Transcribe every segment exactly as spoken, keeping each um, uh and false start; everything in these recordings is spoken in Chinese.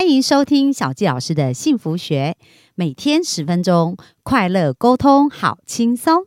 欢迎收听小纪老师的幸福学，每天十分钟，快乐沟通，好轻松。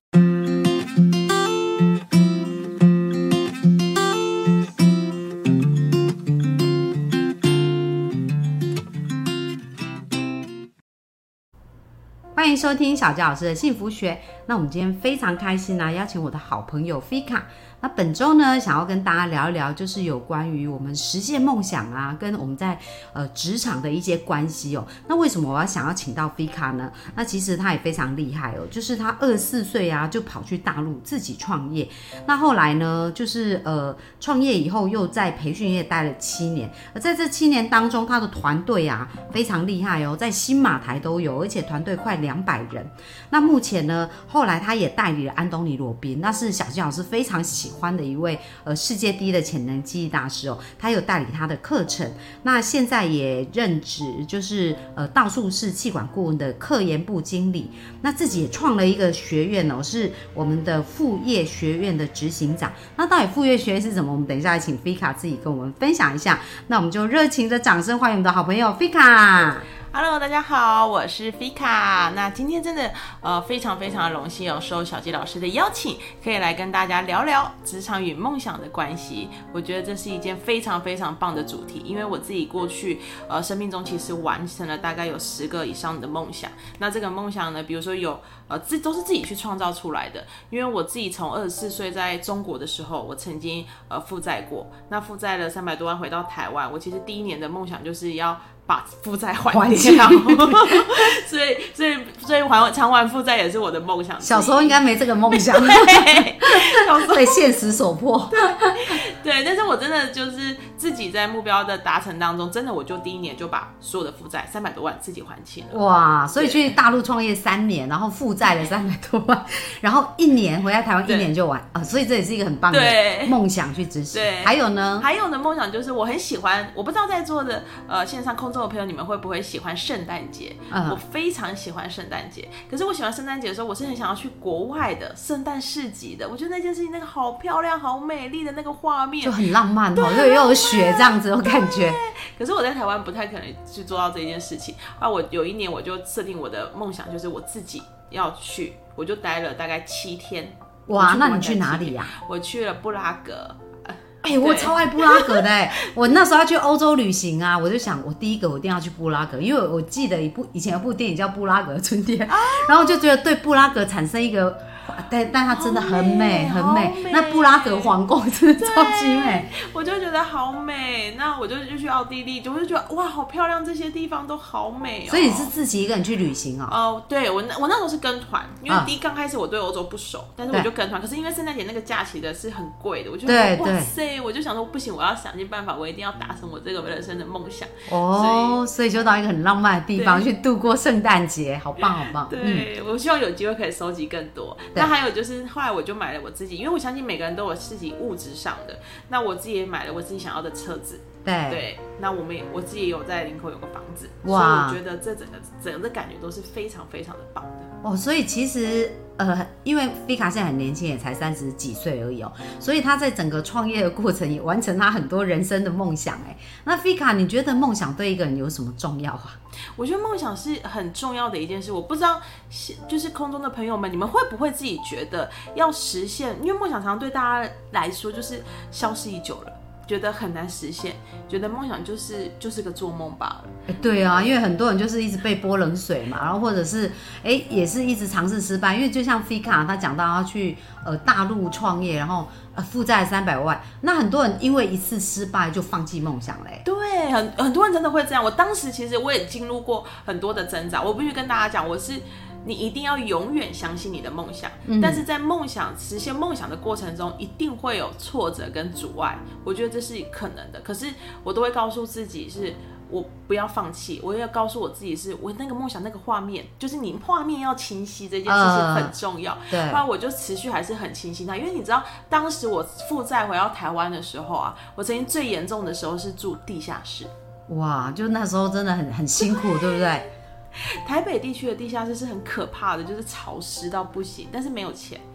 欢迎收听小纪老师的幸福学。那我们今天非常开心啊，邀请我的好朋友 Fika。那本周呢，想要跟大家聊一聊，就是有关于我们实现梦想啊，跟我们在呃职场的一些关系哦。那为什么我要想要请到 Fika 呢？那其实他也非常厉害哦，就是他二十四岁啊，就跑去大陆自己创业。那后来呢，就是呃创业以后又在培训业待了七年，而在这七年当中，他的团队啊非常厉害哦，在新马台都有，而且团队快两百人。那目前呢，后来他也代理了安东尼罗宾，那是小纪老师非常喜欢的一位呃世界第一的潜能记忆大师哦，他有代理他的课程，那现在也任职就是呃道术士气管顾问的科研部经理，那自己也创了一个学院哦，是我们的副业学院的执行长。那到底副业学院是什么？我们等一下来请 Fika 自己跟我们分享一下。那我们就热情的掌声欢迎我们的好朋友 Fika。Hello， 大家好，我是 Fika。那今天真的呃非常非常的荣幸有受小纪老师的邀请，可以来跟大家聊聊职场与梦想的关系。我觉得这是一件非常非常棒的主题，因为我自己过去呃生命中其实完成了大概有十个以上的梦想。那这个梦想呢，比如说有呃自都是自己去创造出来的。因为我自己从二十四岁在中国的时候，我曾经呃负债过，那负债了三百多万回到台湾，我其实第一年的梦想就是要把负债还掉，所以所以所以还偿还负债也是我的梦想。 小时候应该没这个梦想，被现实所迫。 对，但是我真的就是自己在目标的达成当中，真的我就第一年就把所有的负债三百多万自己还清了。 哇！所以去大陆创业三年，然后负债了三百多万，然后一年回来台湾一年就完啊、呃！所以这也是一个很棒的梦想去执行。对，还有呢？ 还有的梦想就是我很喜欢，我不知道在座的呃线上空中的朋友，你们会不会喜欢圣诞节？嗯，我非常喜欢圣诞节。可是我喜欢圣诞节的时候，我是很想要去国外的圣诞市集的。我觉得那件事情，那个好漂亮、好美丽的那个画面， 就很浪漫哦，又又有雪这样子的感觉。 可是我在台湾不太可能去做到这件事情。啊，我有一年我就设定我的梦想，就是我自己要去，我就待了大概七天。 哇，那你去哪里呀、 啊？我去了布拉格。 哎、欸，我超爱布拉格的哎、欸！我那时候要去欧洲旅行啊，我就想，我第一个我一定要去布拉格，因为我记得一部以前有部电影叫《布拉格春天》，啊、然后就觉得对布拉格产生一个，但但它真的很美，很美。美那布拉格皇宫真的超级美， 我就觉得好美。那我就就去奥地利，我就觉得哇，好漂亮，这些地方都好美哦。 所以你是自己一个人去旅行哦？ 哦、呃，对我那我那时候是跟团，因为第一刚开始我对欧洲不熟，但是我就跟团。可是因为圣诞节那个假期的是很贵的，我就觉得哇塞。我就想说不行，我要想尽办法，我一定要达成我这个人生的梦想。 哦，所以, 所以就到一个很浪漫的地方去度过圣诞节，好棒好棒。 对、嗯，我希望有机会可以收集更多。那还有就是后来我就买了我自己，因为我相信每个人都有自己物质上的，那我自己也买了我自己想要的车子。 对对，那我们也我自己也有在林口有个房子，哇，所以我觉得这整个整个感觉都是非常非常的棒的。 哦，所以其实呃，因为 Fika 现在很年轻，也才三十几岁而已哦，所以他在整个创业的过程也完成他很多人生的梦想哎。那 Fika， 你觉得梦想对一个人有什么重要啊？ 我觉得梦想是很重要的一件事，我不知道就是空中的朋友们，你们会不会自己觉得要实现？因为梦想常常对大家来说就是消失已久了。觉得很难实现，觉得梦想就是就是个做梦罢了。 欸、对啊，因为很多人就是一直被泼冷水嘛，然后或者是哎、欸、也是一直尝试失败。因为就像 Fika 他讲到他去呃大陆创业，然后呃负债三百万，那很多人因为一次失败就放弃梦想嘞、欸。 对，很很多人真的会这样。我当时其实我也进入过很多的挣扎，我必须跟大家讲，我是。你一定要永远相信你的梦想、嗯、但是在梦想实现梦想的过程中一定会有挫折跟阻碍，我觉得这是可能的，可是我都会告诉自己是我不要放弃，我也要告诉我自己是我那个梦想那个画面，就是你画面要清晰，这件事情很重要、呃、对，不然我就持续还是很清晰它。因为你知道当时我负债回到台湾的时候啊，我曾经最严重的时候是住地下室。 哇，就那时候真的很很辛苦，对不对？ 台北地区的地下室是很可怕的，就是潮湿到不行，但是没有钱。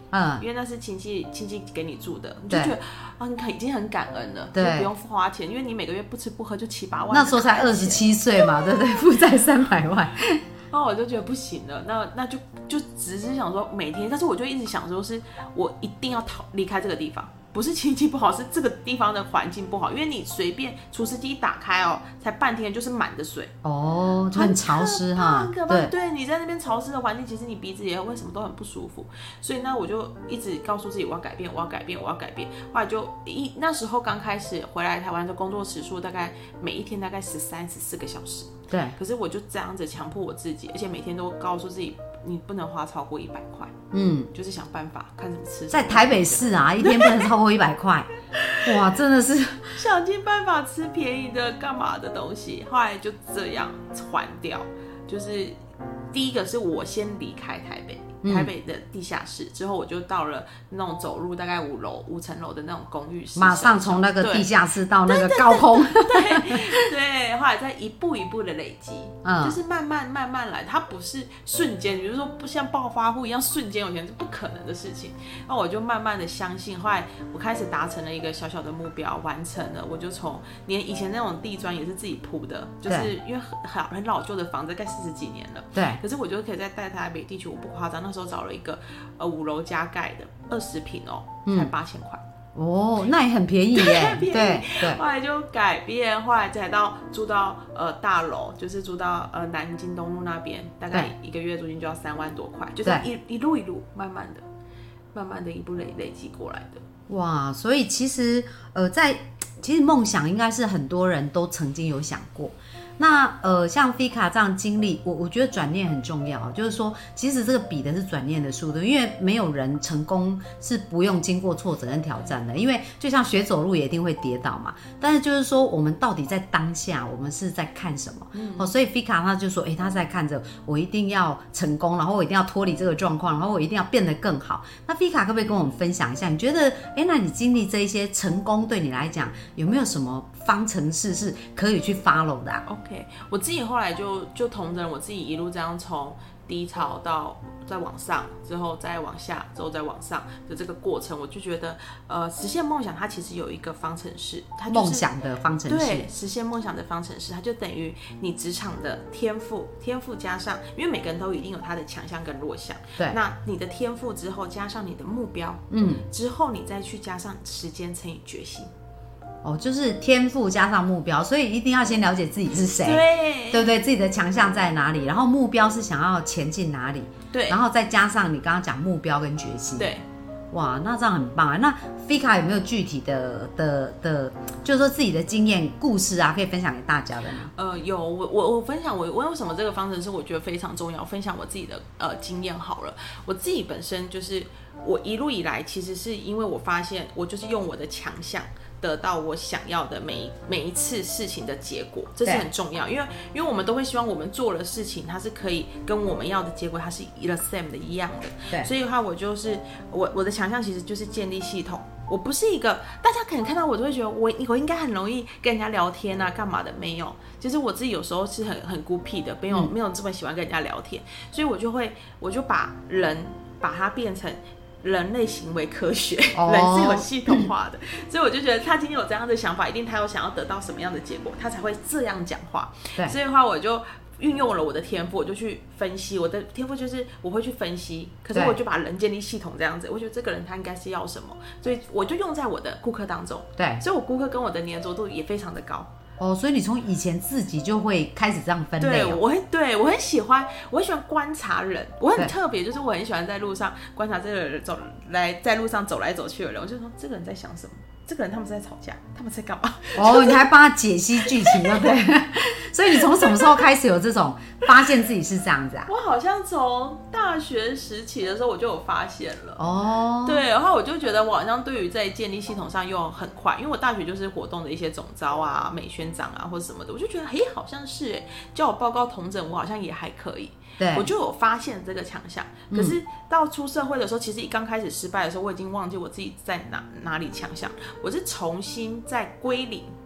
嗯，因为那是亲戚亲戚给你住的，你就觉得啊，你看已经很感恩了，对，不用花钱，因为你每个月不吃不喝就七八万。 那时候才二十七岁嘛，对不对？负债三百万。 然后我就觉得不行了，那那就就只是想说每天，但是我就一直想说，是我一定要逃离开这个地方。不是亲戚不好，是这个地方的环境不好，因为你随便除湿机打开哦，才半天就是满的水哦，就很潮湿哈。 很可怕，对，对，你在那边潮湿的环境，其实你鼻子也为什么都很不舒服。所以呢，我就一直告诉自己我要改变，我要改变，我要改变。后来就一那时候刚开始回来台湾的工作时数大概每一天大概十三十四个小时， 对。 可是我就这样子强迫我自己，而且每天都告诉自己。你不能花超过一百块，嗯，就是想办法看怎么吃。 在台北市啊，一天不能超过一百块，哇，真的是想尽办法吃便宜的干嘛的东西。后来就这样还掉，就是第一个是我先离开台北。台北的地下室之后，我就到了那种走路大概五楼、五层楼的那种公寓室， 马上从那个地下室到那个高空， 对 对, 对, 对，后来再一步一步的累积，嗯，就是慢慢慢慢来，它不是瞬间，比如说不像暴发户一样瞬间有钱，是不可能的事情。那我就慢慢的相信，后来我开始达成了一个小小的目标，完成了，我就从连以前那种地砖也是自己铺的，就是因为很很老旧的房子，盖四十几年了， 对， 可是我就可以在在台北地区，我不夸张。那时候找了一个呃五楼加盖的二十坪哦，才八千块哦，那也很便宜耶。对对， 后来就改变，后来才到住到呃大楼，就是住到呃南京东路那边，大概一个月租金就要三万多块，就是一一路一路慢慢的、慢慢的一步累累积过来的。 哇，所以其实呃在其实梦想应该是很多人都曾经有想过。那呃，像 Fika 这样经历，我我觉得转念很重要，就是说，其实这个比的是转念的速度，因为没有人成功是不用经过挫折跟挑战的，因为就像学走路也一定会跌倒嘛。但是就是说，我们到底在当下，我们是在看什么？嗯、哦，所以 Fika 他就说，哎，他是在看着我一定要成功，然后我一定要脱离这个状况，然后我一定要变得更好。那 Fika 可不可以跟我们分享一下？你觉得，哎，那你经历这一些成功，对你来讲有没有什么方程式是可以去 follow 的、啊、 ？OK， 我自己后来就就同着我自己一路这样从低潮到再往上，之后再往下，之后再往上的这个过程，我就觉得，呃，实现梦想它其实有一个方程式，它就是梦想的方程式。 对，实现梦想的方程式，它就等于你职场的天赋，天赋加上，因为每个人都一定有他的强项跟弱项。 对。 那你的天赋之后加上你的目标，嗯，之后你再去加上时间乘以决心。 哦，就是天赋加上目标，所以一定要先了解自己是谁， 对， 对不对？自己的强项在哪里，然后目标是想要前进哪里， 对， 然后再加上你刚刚讲目标跟决心， 对， 哇，那这样很棒啊！那 Fika 有没有具体的的的，就是说自己的经验故事啊，可以分享给大家的呢？ 呃，有，我我我分享我我为什么这个方程式我觉得非常重要，分享我自己的呃经验好了。我自己本身就是我一路以来，其实是因为我发现我就是用我的强项。得到我想要的每一每一次事情的结果，这是很重要，因为因为我们都会希望我们做的事情，它是可以跟我们要的结果，它是 the same 的一样的。 对， 所以的话，我就是我我的强项其实就是建立系统。我不是一个大家可能看到我都会觉得我我应该很容易跟人家聊天啊，干嘛的？没有，其实我自己有时候是很很孤僻的，没有、嗯、没有这么喜欢跟人家聊天，所以我就会我就把人把它变成。人类行为科学，哦、人是有系统化的，所以我就觉得他今天有这样的想法，一定他有想要得到什么样的结果，他才会这样讲话。 对， 所以的话我就运用了我的天赋，我就去分析。我的天赋就是我会去分析，可是我就把人建立系统这样子，我觉得这个人他应该是要什么，所以我就用在我的顾客当中。 对， 所以我顾客跟我的黏着度也非常的高。 哦，所以你从以前自己就会开始这样分类、哦。 对，我很对我很喜欢，我很喜欢观察人，我很特别，就是我很喜欢在路上观察这个人走来，在路上走来走去的人，我就说这个人在想什么，这个人他们是在吵架，他们在干嘛？ 哦，你还帮他解析剧情，对不对？所以你从什么时候开始有这种发现自己是这样子啊？ 我好像从大学时期的时候我就有发现了。 哦， 对，然后我就觉得我好像对于在建立系统上又很快，因为我大学就是活动的一些总召啊、美宣长啊或者什么的，我就觉得嘿，好像是哎，叫我报告统整，我好像也还可以。 对， 我就有发现这个强项。可是到出社会的时候，其实一刚开始失败的时候，我已经忘记我自己在哪哪里强项，我是重新再归零。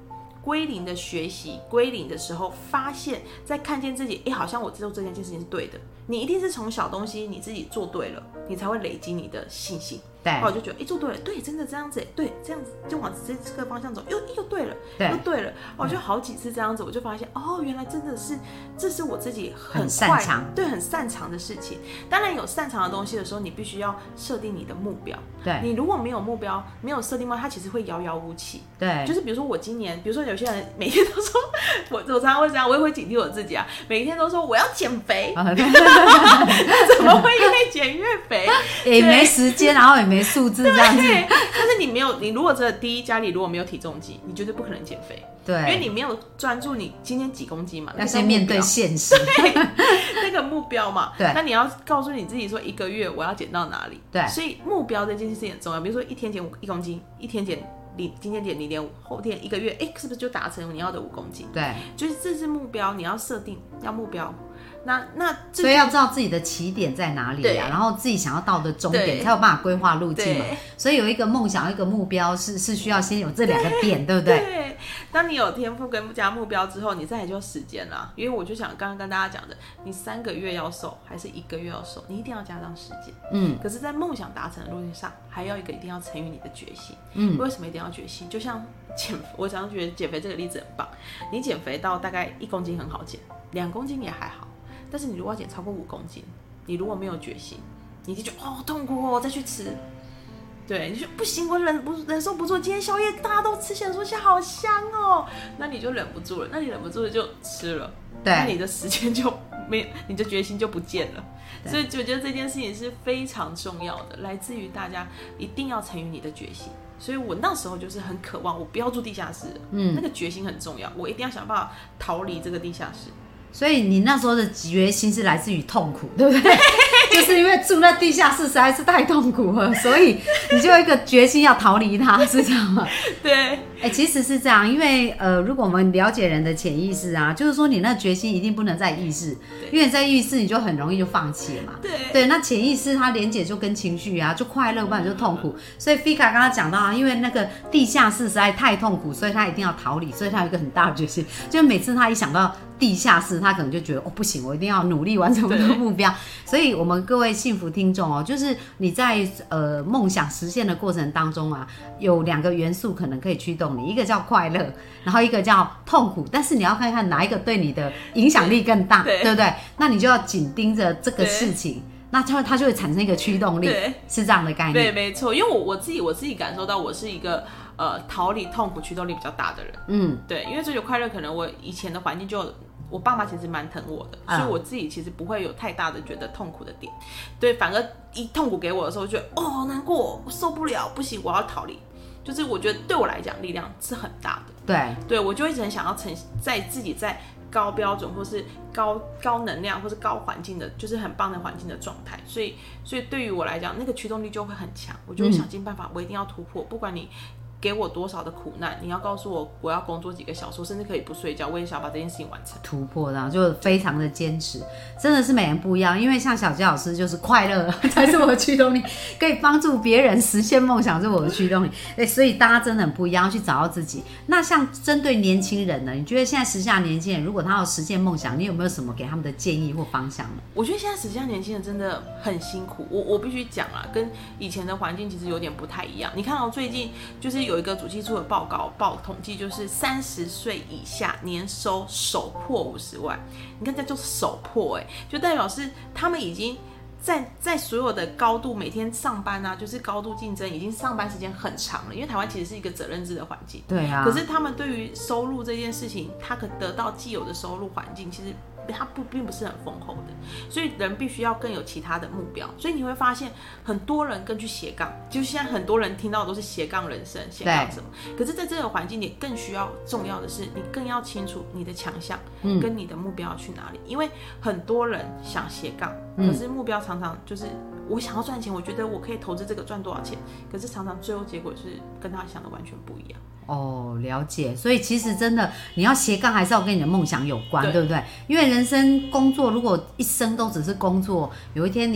归零的学习，归零的时候，发现在看见自己，哎，好像我做这件事情是对的。你一定是从小东西你自己做对了，你才会累积你的信心。 对， 我就觉得，哎，做对了，对，真的这样子，对，这样子就往这这个方向走，又又对了， 对又对了。我就好几次这样子，我就发现，哦，原来真的是，这是我自己很, 很擅长， 对，很擅长的事情。当然有擅长的东西的时候，你必须要设定你的目标。 对， 你如果没有目标，没有设定目标，它其实会遥遥无期。 对， 就是比如说我今年，比如说有些人每天都说，我我常常会这样，我也会警惕我自己啊，每天都说我要减肥，怎么会越减越肥？ 也没时间，然后也没数字这样子。 但是你没有，你如果真的第一家里如果没有体重机，你绝对不可能减肥。 对， 因为你没有专注你今天几公斤嘛， 要先面对现实， 对，那个目标嘛。 对， 那你要告诉你自己说，一个月我要减到哪里？ 对， 所以目标这件事情很重要。比如说一天减一公斤，一天减零，今天减零点五，后天一个月，哎，是不是就达成你要的五公斤？ 对， 就是这是目标，你要设定要目标。那那所以要知道自己的起点在哪里啊，然后自己想要到的终点才有办法规划路径嘛。所以有一个梦想，一个目标是是需要先有这两个点， 对, 对不对？ 对。当你有天赋跟加目标之后，你再来就时间啦。因为我就想刚刚跟大家讲的，你三个月要瘦还是一个月要瘦，你一定要加上时间。 嗯。 可是，在梦想达成的路径上，还要一个一定要成于你的决心。 嗯。 为什么一定要决心？就像减，我常常觉得减肥这个例子很棒。你减肥到大概一公斤很好减，两公斤也还好。但是你如果要减超过五公斤，你如果没有决心，你就觉得哦痛苦哦，我再去吃，对，你就不行，我忍不忍受不住，今天宵夜大家都吃咸酥虾好香哦，那你就忍不住了，那你忍不住了就吃了， 对， 那你的时间就没，你的决心就不见了。所以我觉得这件事情是非常重要的，来自于大家一定要成于你的决心。所以我那时候就是很渴望，我不要住地下室，嗯，那个决心很重要，我一定要想办法逃离这个地下室。 所以你那时候的决心是来自于痛苦，对不对？就是因为住在地下室实在是太痛苦了，所以你就有一个决心要逃离它，是这样吗？ 对， 哎、欸，其实是这样，因为呃，如果我们了解人的潜意识啊，就是说你那决心一定不能在意识，因为你在意识你就很容易就放弃了嘛。 对， 对，那潜意识它连结就跟情绪啊，就快乐，不然就痛苦。所以 Fika 刚刚讲到啊，因为那个地下室实在太痛苦，所以他一定要逃离，所以他有一个很大的决心，就每次他一想到地下室，他可能就觉得哦不行，我一定要努力完成我的目标。所以我们各位幸福听众哦，就是你在呃梦想实现的过程当中啊，有两个元素可能可以驱动你，一个叫快乐，然后一个叫痛苦，但是你要看看哪一个对你的影响力更大， 对, 对不对？那你就要紧盯着这个事情。那它它就会产生一个驱动力，是这样的概念。 对，没错，因为我我自己我自己感受到，我是一个呃逃离痛苦驱动力比较大的人。嗯，对，因为追求快乐，可能我以前的环境就我爸妈其实蛮疼我的，嗯、所以我自己其实不会有太大的觉得痛苦的点。对，反而一痛苦给我的时候，就觉得哦好难过，我受不了，不行，我要逃离。就是我觉得对我来讲，力量是很大的。 对， 对我就一直很想要呈在自己在高标准或是高高能量或是高环境的，就是很棒的环境的状态。所以，所以对于我来讲，那个驱动力就会很强。我就会想尽办法，我一定要突破，不管你给我多少的苦难，你要告诉我我要工作几个小时，我甚至可以不睡觉，我也想把这件事情完成。 突破的，就非常的坚持，真的是每人不一样。因为像小杰老师就是快乐才是我的驱动力，可以帮助别人实现梦想是我的驱动力。欸、所以大家真的很不一样，要去找到自己。那像针对年轻人呢，你觉得现在时下年轻人如果他要实现梦想，你有没有什么给他们的建议或方向呢？ 我觉得现在时下年轻人真的很辛苦，我我必须讲啦，跟以前的环境其实有点不太一样。你看到、哦、最近就是有一个主计处的报告报统计，就是三十岁以下年收首破五十万，你看这就是首破哎、欸，就代表是他们已经在在所有的高度每天上班啊，就是高度竞争，已经上班时间很长了。因为台湾其实是一个责任制的环境， 对啊。 可是他们对于收入这件事情，他可得到既有的收入环境，其实它不并不是很丰厚的，所以人必须要更有其他的目标。所以你会发现很多人更去斜杠，就是现在很多人听到的都是斜杠人生、斜杠什么。可是在这个环境里，更需要重要的是，你更要清楚你的强项跟你的目标要去哪里。嗯、因为很多人想斜杠，可是目标常常就是我想要赚钱，我觉得我可以投资这个赚多少钱，可是常常最后结果就是跟他想的完全不一样。 哦，了解。所以其实真的，你要斜杠还是要跟你的梦想有关， 对, 对不对？因为人生工作如果一生都只是工作，有一天你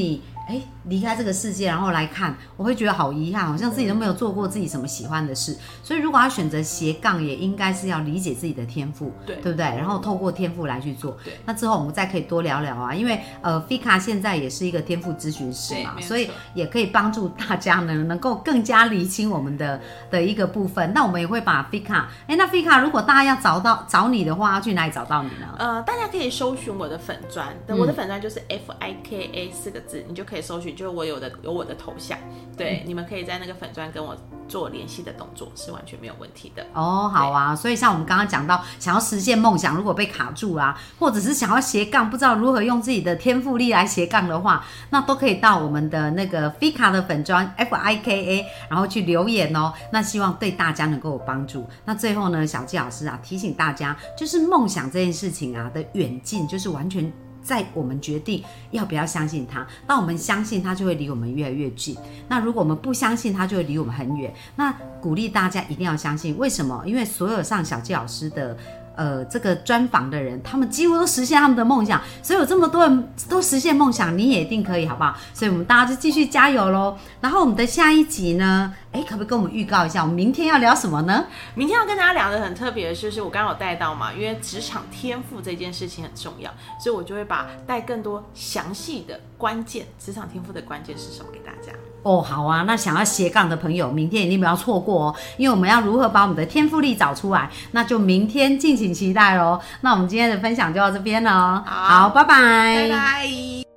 哎，离开这个世界，然后来看，我会觉得好遗憾，好像自己都没有做过自己什么喜欢的事。所以如果要选择斜杠，也应该是要理解自己的天赋， 对对不对？然后透过天赋来去做。 对， 那之后我们再可以多聊聊啊，因为呃 Fika 现在也是一个天赋咨询师嘛，所以也可以帮助大家呢，能够更加理清我们的的一个部分。那我们也会把 Fika， 哎，那 Fika 如果大家要找到找你的话，要去哪里找到你呢？ 呃，大家可以搜寻我的粉专，我的粉专就是 F I K A 四个字，你就可以搜寻，就是我有的有我的头像，对、嗯，你们可以在那个粉专跟我做联系的动作，是完全没有问题的。 哦，好啊，所以像我们刚刚讲到，想要实现梦想，如果被卡住啊，或者是想要斜杠，不知道如何用自己的天赋力来斜杠的话，那都可以到我们的那个 Fika 的粉专 F I K A， 然后去留言哦。那希望对大家能够有帮助。那最后呢，小纪老师啊提醒大家，就是梦想这件事情啊的远近，就是完全在我们决定要不要相信它。当我们相信它，就会离我们越来越近；那如果我们不相信它，就会离我们很远。那鼓励大家一定要相信，为什么？因为所有上小纪老师的呃这个专访的人，他们几乎都实现他们的梦想，所以有这么多人都实现梦想，你也一定可以，好不好？所以我们大家就继续加油咯。然后我们的下一集呢，哎，可不可以跟我们预告一下，我们明天要聊什么呢？ 明天要跟大家聊的很特别的就是我刚刚有带到嘛，因为职场天赋这件事情很重要，所以我就会把带更多详细的关键，职场天赋的关键是什么给大家。 哦，好啊，那想要斜杠的朋友，明天一定不要错过哦，因为我们要如何把我们的天赋力找出来，那就明天敬请期待咯。那我们今天的分享就到这边了，好，好，拜拜， 拜拜。